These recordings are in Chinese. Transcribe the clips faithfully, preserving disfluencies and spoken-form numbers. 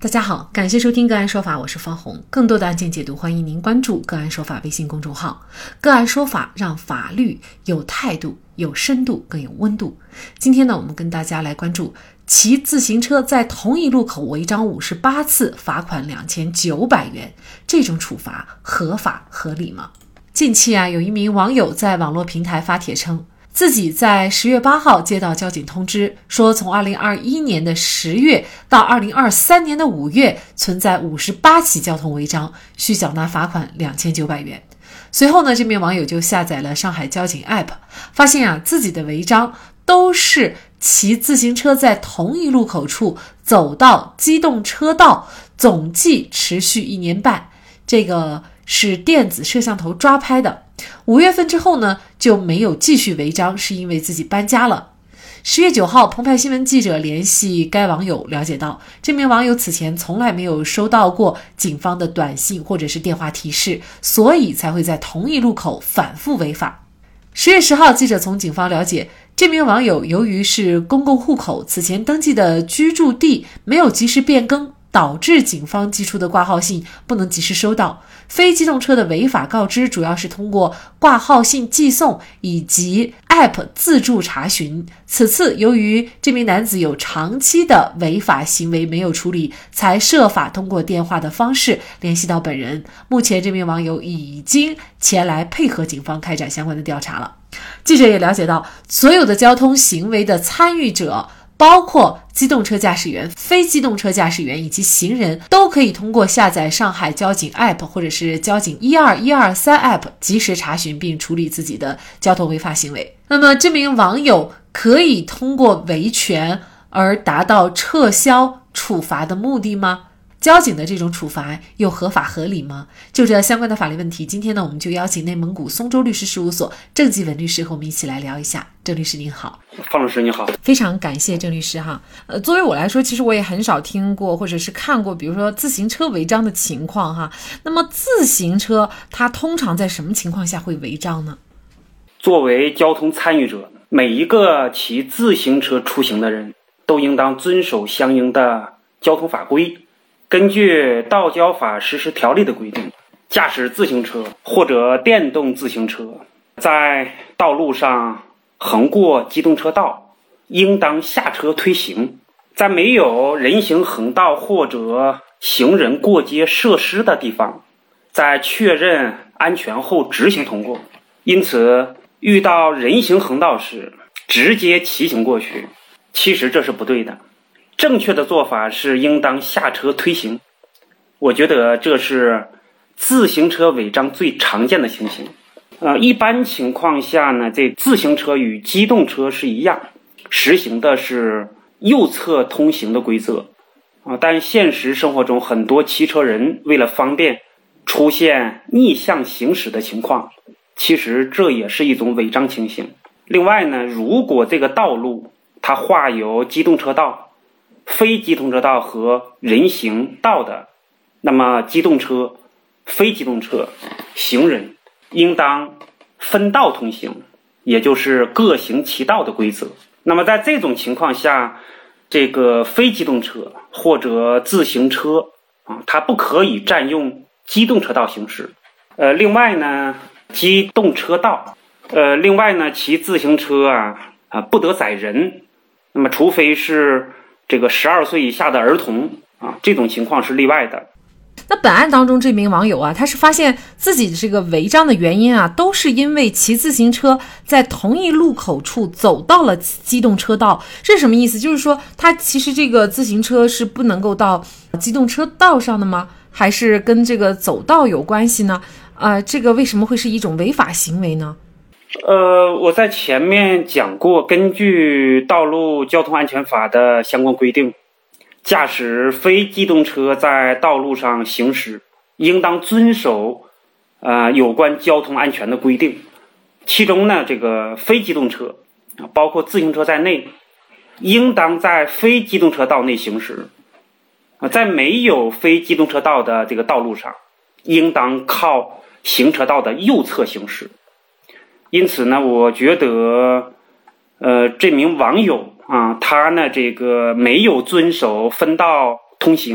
大家好，感谢收听个案说法，我是方红。更多的案件解读，欢迎您关注个案说法微信公众号。个案说法让法律有态度、有深度、更有温度。今天呢，我们跟大家来关注骑自行车在同一路口违章五十八次，罚款两千九百元，这种处罚合法合理吗？近期啊，有一名网友在网络平台发帖称，自己在十月八号接到交警通知，说从二零二一年的十月到二零二三年的五月存在五十八起交通违章，需缴纳罚款两千九百元。随后呢，这名网友就下载了上海交警 A P P， 发现啊，自己的违章都是骑自行车在同一路口处走到机动车道，总计持续一年半。这个是电子摄像头抓拍的。五月份之后呢，就没有继续违章，是因为自己搬家了。十月九号，澎湃新闻记者联系该网友，了解到这名网友此前从来没有收到过警方的短信或者是电话提示，所以才会在同一路口反复违法。十月十号，记者从警方了解，这名网友由于是公共户口，此前登记的居住地没有及时变更，导致警方寄出的挂号信不能及时收到。非机动车的违法告知主要是通过挂号信寄送以及 A P P 自助查询。此次由于这名男子有长期的违法行为没有处理，才设法通过电话的方式联系到本人。目前这名网友已经前来配合警方开展相关的调查了。记者也了解到，所有的交通行为的参与者，包括机动车驾驶员、非机动车驾驶员以及行人，都可以通过下载上海交警 A P P 或者是交警一二一二三 A P P 及时查询并处理自己的交通违法行为。那么这名网友可以通过维权而达到撤销处罚的目的吗？交警的这种处罚又合法合理吗？就这相关的法律问题，今天呢，我们就邀请内蒙古松州律师事务所郑继文律师和我们一起来聊一下。郑律师您好。 方老师你好。 非常感谢郑律师哈。呃，作为我来说，其实我也很少听过或者是看过比如说自行车违章的情况哈。那么自行车它通常在什么情况下会违章呢？ 作为交通参与者，每一个骑自行车出行的人都应当遵守相应的交通法规。根据道交法实施条例的规定，驾驶自行车或者电动自行车在道路上横过机动车道，应当下车推行，在没有人行横道或者行人过街设施的地方，在确认安全后直行通过。因此遇到人行横道时直接骑行过去，其实这是不对的。正确的做法是应当下车推行。我觉得这是自行车违章最常见的情形。呃，一般情况下呢，这自行车与机动车是一样，实行的是右侧通行的规则啊。但现实生活中，很多骑车人为了方便，出现逆向行驶的情况，其实这也是一种违章情形。另外呢，如果这个道路它划有机动车道、非机动车道和人行道的，那么机动车、非机动车、行人应当分道通行，也就是各行其道的规则。那么在这种情况下，这个非机动车或者自行车啊，它不可以占用机动车道行驶。呃，另外呢，机动车道，呃，另外呢，骑自行车啊啊不得载人。那么除非是这个十二岁以下的儿童啊，这种情况是例外的。 那本案当中这名网友啊，他是发现自己这个违章的原因啊，都是因为骑自行车在同一路口处走到了机动车道。这是什么意思？就是说他其实这个自行车是不能够到机动车道上的吗？还是跟这个走道有关系呢？呃，这个为什么会是一种违法行为呢？ 呃，我在前面讲过，根据道路交通安全法的相关规定，驾驶非机动车在道路上行驶，应当遵守呃有关交通安全的规定。其中呢，这个非机动车，包括自行车在内，应当在非机动车道内行驶。在没有非机动车道的这个道路上，应当靠行车道的右侧行驶。因此呢，我觉得呃这名网友啊，他呢这个没有遵守分道通行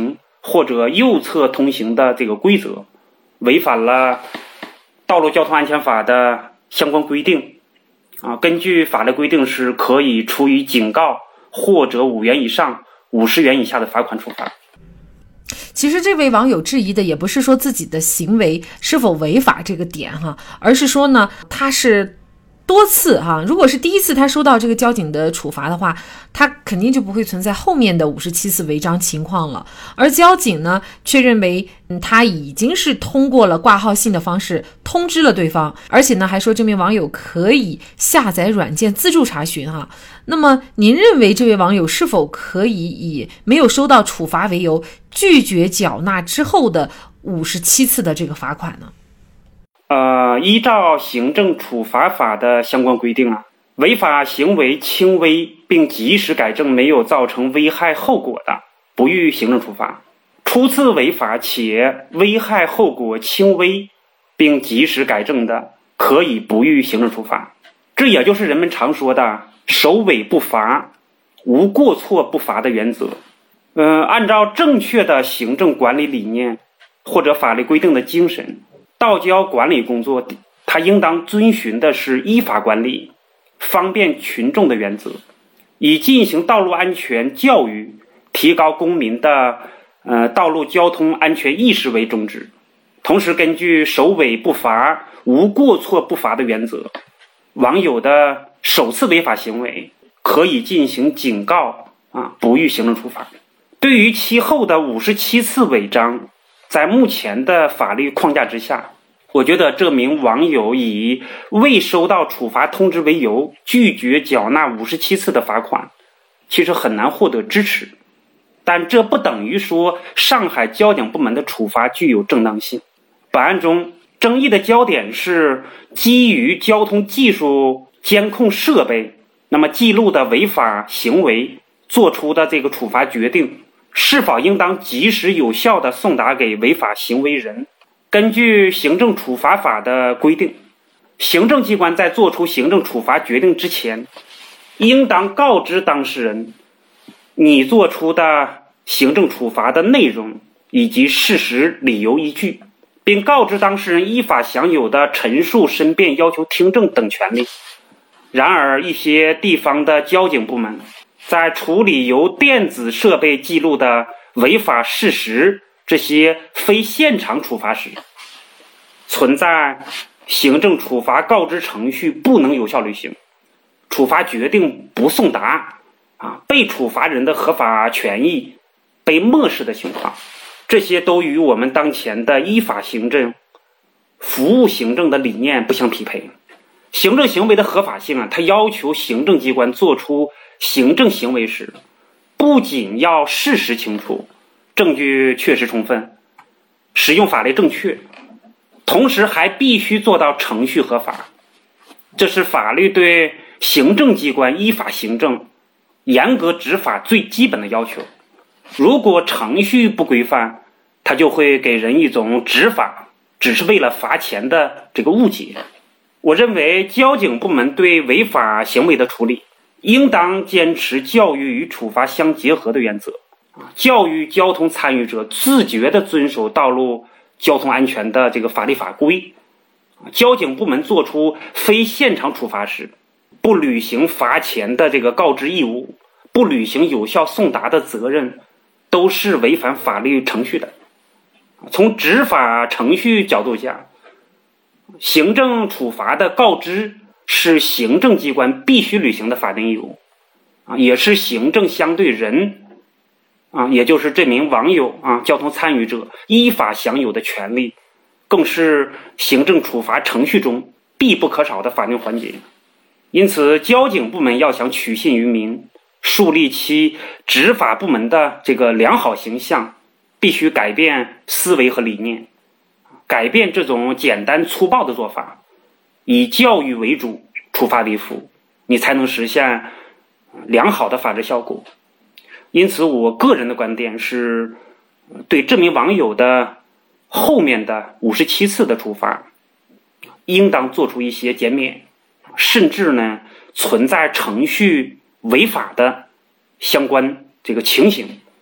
或者右侧通行的这个规则，违反了道路交通安全法的相关规定啊，根据法律规定是可以处以警告或者五元以上五十元以下的罚款处罚。 其实这位网友质疑的也不是说自己的行为是否违法这个点哈，而是说呢，他是多次哈，如果是第一次他收到这个交警的处罚的话，他肯定就不会存在后面的五十七次违章情况了。而交警呢，却认为、嗯、他已经是通过了挂号信的方式通知了对方，而且呢还说这名网友可以下载软件自助查询哈。那么您认为这位网友是否可以以没有收到处罚为由拒绝缴纳之后的五十七次的这个罚款呢？ 呃，依照行政处罚法的相关规定啊，违法行为轻微并及时改正没有造成危害后果的，不予行政处罚；初次违法且危害后果轻微并及时改正的，可以不予行政处罚。这也就是人们常说的首尾不罚、无过错不罚的原则。呃，按照正确的行政管理理念或者法律规定的精神，道交管理工作它应当遵循的是依法管理、方便群众的原则，以进行道路安全教育、提高公民的呃道路交通安全意识为宗旨。同时，根据首尾不罚、无过错不罚的原则，网友的首次违法行为可以进行警告啊，不予行政处罚。对于其后的五十七次违章，在目前的法律框架之下，我觉得这名网友以未收到处罚通知为由，拒绝缴纳五十七次的罚款，其实很难获得支持。但这不等于说上海交警部门的处罚具有正当性。本案中争议的焦点是基于交通技术监控设备那么记录的违法行为做出的这个处罚决定，是否应当及时有效地送达给违法行为人。根据行政处罚法的规定，行政机关在作出行政处罚决定之前，应当告知当事人你做出的行政处罚的内容以及事实理由依据，并告知当事人依法享有的陈述、申辩、要求听证等权利。然而，一些地方的交警部门在处理由电子设备记录的违法事实这些非现场处罚时，存在行政处罚告知程序不能有效履行，处罚决定不送达啊，被处罚人的合法权益被漠视的情况，这些都与我们当前的依法行政、服务行政的理念不相匹配。行政行为的合法性啊，它要求行政机关做出行政行为时，不仅要事实清楚、证据确实充分、使用法律正确，同时还必须做到程序合法。这是法律对行政机关依法行政、严格执法最基本的要求。如果程序不规范，它就会给人一种执法只是为了罚钱的这个误解。我认为交警部门对违法行为的处理，应当坚持教育与处罚相结合的原则，教育交通参与者自觉地遵守道路交通安全的这个法律法规。交警部门做出非现场处罚时，不履行罚钱的这个告知义务，不履行有效送达的责任，都是违反法律程序的。从执法程序角度讲，行政处罚的告知是行政机关必须履行的法定义务，啊，也是行政相对人，啊，也就是这名网友啊，交通参与者依法享有的权利，更是行政处罚程序中必不可少的法定环节。因此，交警部门要想取信于民，树立其执法部门的这个良好形象，必须改变思维和理念，改变这种简单粗暴的做法，以教育为主，处罚为辅，你才能实现良好的法治效果。因此，我个人的观点是，对这名网友的后面的五十七次的处罚，应当做出一些减免，甚至呢存在程序违法的相关这个情形，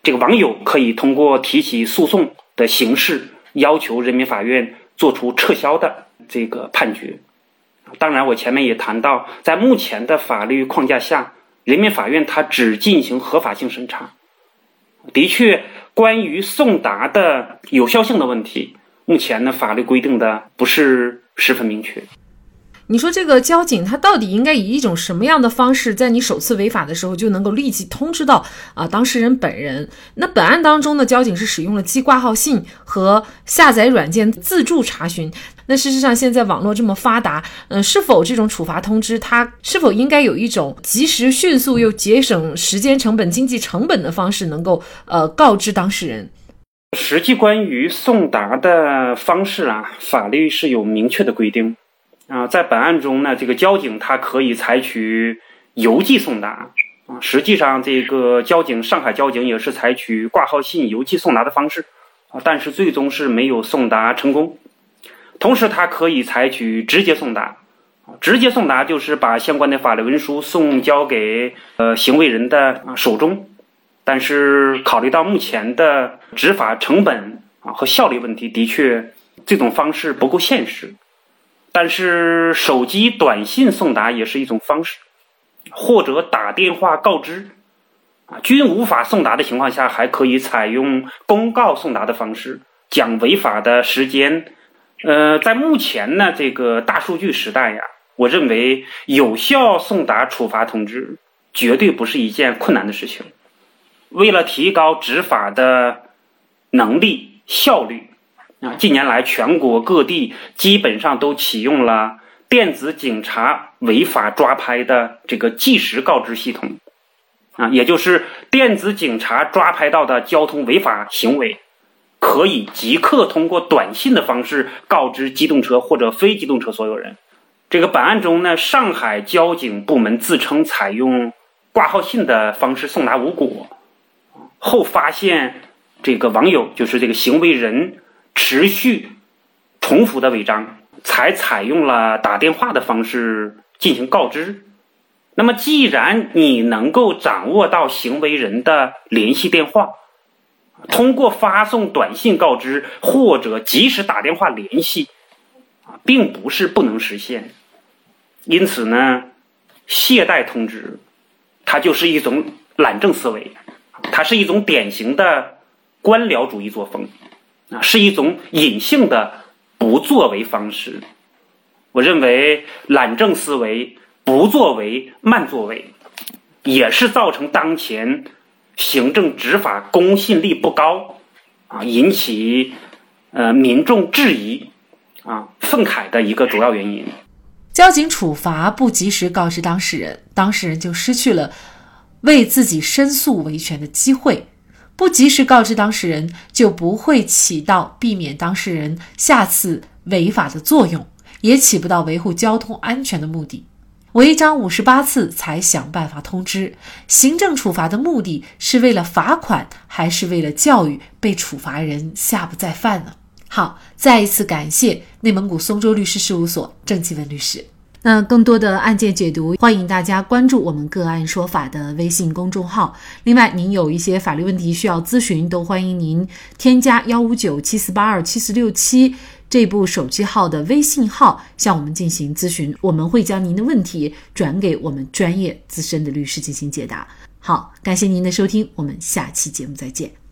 这个网友可以通过提起诉讼的形式要求人民法院做出撤销的这个判决。当然我前面也谈到，在目前的法律框架下，人民法院它只进行合法性审查。的确，关于送达的有效性的问题，目前呢法律规定的不是十分明确。 你说这个交警他到底应该以一种什么样的方式，在你首次违法的时候就能够立即通知到啊当事人本人？那本案当中呢，交警是使用了寄挂号信和下载软件自助查询。那事实上现在网络这么发达，嗯、呃，是否这种处罚通知它是否应该有一种及时、迅速又节省时间成本、经济成本的方式，能够呃告知当事人？ 实际关于送达的方式啊，法律是有明确的规定。啊，在本案中呢，这个交警他可以采取邮寄送达啊。实际上，这个交警上海交警也是采取挂号信、邮寄送达的方式啊，但是最终是没有送达成功。同时，他可以采取直接送达啊，直接送达就是把相关的法律文书送交给呃行为人的手中。但是，考虑到目前的执法成本啊和效率问题，的确这种方式不够现实。但是手机短信送达也是一种方式，或者打电话告知啊，均无法送达的情况下，还可以采用公告送达的方式，将违法的时间。呃，在目前呢这个大数据时代呀，我认为有效送达处罚通知绝对不是一件困难的事情。为了提高执法的能力效率啊，近年来全国各地基本上都启用了电子警察违法抓拍的这个即时告知系统啊，也就是电子警察抓拍到的交通违法行为，可以即刻通过短信的方式告知机动车或者非机动车所有人。这个本案中呢，上海交警部门自称采用挂号信的方式送达无果，后发现这个网友就是这个行为人持续重复的违章，才采用了打电话的方式进行告知。那么既然你能够掌握到行为人的联系电话，通过发送短信告知或者及时打电话联系，并不是不能实现。因此呢，懈怠通知它就是一种懒政思维，它是一种典型的官僚主义作风啊，是一种隐性的不作为方式。我认为懒政思维、不作为、慢作为，也是造成当前行政执法公信力不高啊，引起呃民众质疑啊愤慨的一个主要原因。 交警处罚不及时告知当事人，当事人就失去了为自己申诉维权的机会。不及时告知当事人，就不会起到避免当事人下次违法的作用，也起不到维护交通安全的目的。违章五十八次才想办法通知，行政处罚的目的是为了罚款，还是为了教育被处罚人下不再犯呢？好，再一次感谢内蒙古松州律师事务所郑继文律师。那更多的案件解读，欢迎大家关注我们个案说法的微信公众号。另外，您有一些法律问题需要咨询，都欢迎您添加一五九七四八二七四六七这部手机号的微信号向我们进行咨询，我们会将您的问题转给我们专业资深的律师进行解答。好，感谢您的收听，我们下期节目再见。